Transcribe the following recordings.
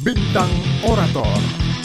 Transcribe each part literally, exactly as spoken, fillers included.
Bintang Orator.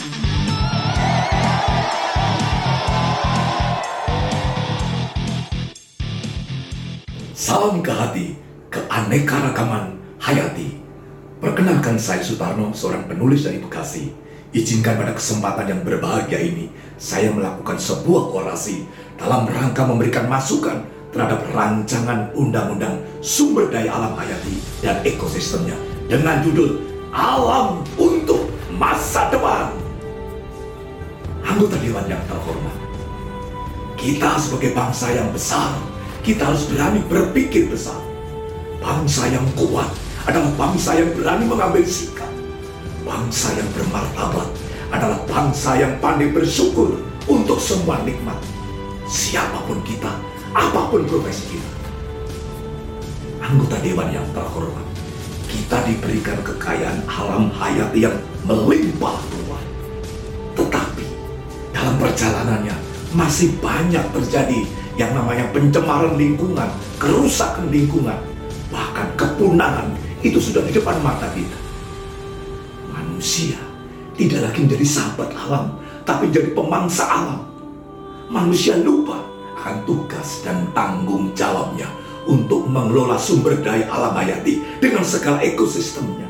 Salam ke hati, keanekaragaman hayati. Perkenalkan, saya Sutarno, seorang penulis dari Bekasi. Izinkan pada kesempatan yang berbahagia ini, saya melakukan sebuah orasi dalam rangka memberikan masukan terhadap rancangan undang-undang sumber daya alam hayati dan ekosistemnya dengan judul Alam untuk Masa Depan. Anggota Dewan yang terhormat, kita sebagai bangsa yang besar, kita harus berani berpikir besar. Bangsa yang kuat adalah bangsa yang berani mengambil sikap. Bangsa yang bermartabat adalah bangsa yang pandai bersyukur untuk semua nikmat. Siapapun kita, apapun profesi kita. Anggota Dewan yang terhormat, kita diberikan kekayaan alam hayati yang melimpah ruah. Tetapi dalam perjalanannya masih banyak terjadi yang namanya pencemaran lingkungan, kerusakan lingkungan, bahkan kepunahan. Itu sudah di depan mata kita. Manusia tidak lagi menjadi sahabat alam, tapi menjadi pemangsa alam. Manusia lupa akan tugas dan tanggung jawabnya untuk mengelola sumber daya alam hayati dengan segala ekosistemnya.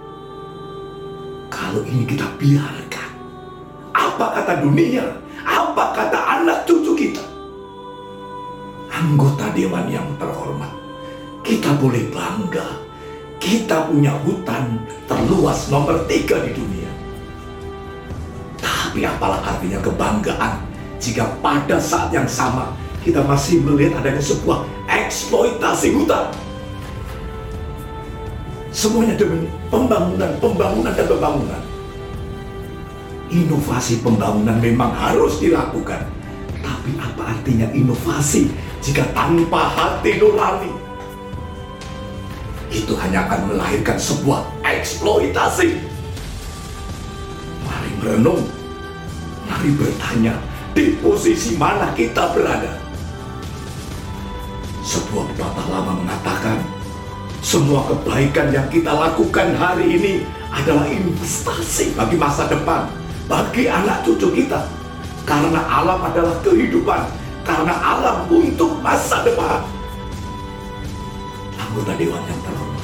Kalau ini kita biarkan, apa kata dunia? Apa kata anak cucu kita? Anggota Dewan yang terhormat, kita boleh bangga. Kita punya hutan terluas nomor tiga di dunia. Tapi apalah artinya kebanggaan jika pada saat yang sama kita masih melihat adanya sebuah eksploitasi hutan. Semuanya demi pembangunan, pembangunan, dan pembangunan. Inovasi pembangunan memang harus dilakukan. Tapi apa artinya inovasi jika tanpa hati nurani? Itu hanya akan melahirkan sebuah eksploitasi. Mari merenung, mari bertanya, di posisi mana kita berada? Sebuah pepatah lama mengatakan, semua kebaikan yang kita lakukan hari ini adalah investasi bagi masa depan, bagi anak cucu kita. Karena alam adalah kehidupan, karena alam untuk masa depan. Anggota Dewan yang terhormat,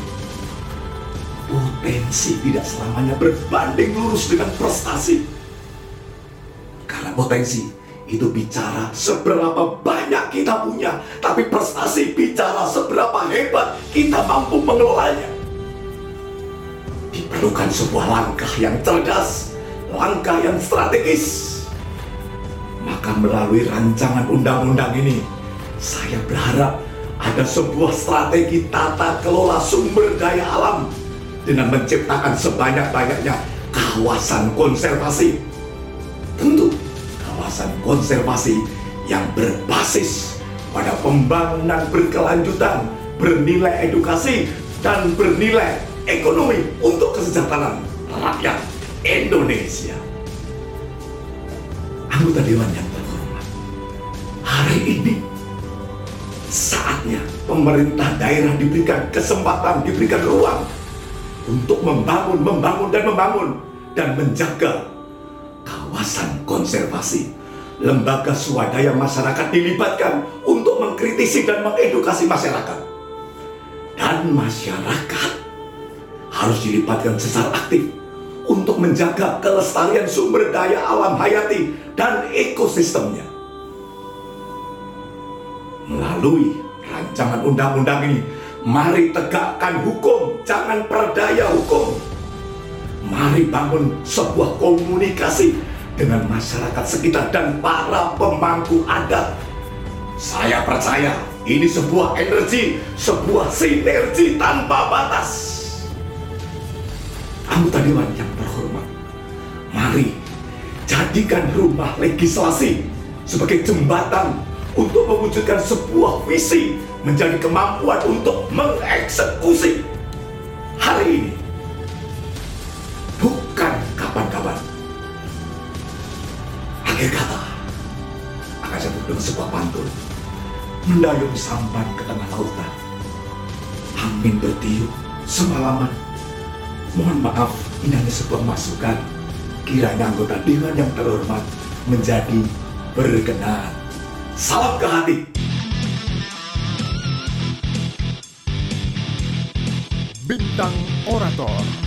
potensi tidak selamanya berbanding lurus dengan prestasi. Karena potensi itu bicara seberapa banyak kita punya, tapi prestasi bicara seberapa hebat kita mampu mengelolanya. Diperlukan sebuah langkah yang cerdas, langkah yang strategis. Maka melalui rancangan undang-undang ini, saya berharap ada sebuah strategi tata kelola sumber daya alam dengan menciptakan sebanyak-banyaknya kawasan konservasi. Tentu kawasan konservasi yang berbasis pada pembangunan berkelanjutan, bernilai edukasi, dan bernilai ekonomi untuk kesejahteraan rakyat Indonesia. Anggota Dewan yang terhormat, hari ini saatnya pemerintah daerah diberikan kesempatan, diberikan ruang untuk membangun, membangun, dan membangun dan menjaga kawasan konservasi. Lembaga swadaya masyarakat dilibatkan untuk mengkritisi dan mengedukasi masyarakat. Dan masyarakat harus dilibatkan secara aktif untuk menjaga kelestarian sumber daya alam hayati dan ekosistemnya. Melalui rancangan undang-undang ini, mari tegakkan hukum, jangan perdaya hukum. Mari bangun sebuah komunikasi dengan masyarakat sekitar dan para pemangku adat. Saya percaya ini sebuah energi, sebuah sinergi tanpa batas. Anggota Dewan yang terhormat, mari jadikan rumah legislasi sebagai jembatan untuk mewujudkan sebuah visi menjadi kemampuan untuk mengeksekusi hari ini, bukan kapan-kapan. Akhir kata, akan saya tutup dengan sebuah pantun. Mendayung sampan ke tengah lautan, angin bertiup semalaman, Mohon maaf, ini hanya sebuah masukan. Kiranya anggota Dewan yang terhormat menjadi berkenan. Salam ke hati. Bintang Orator.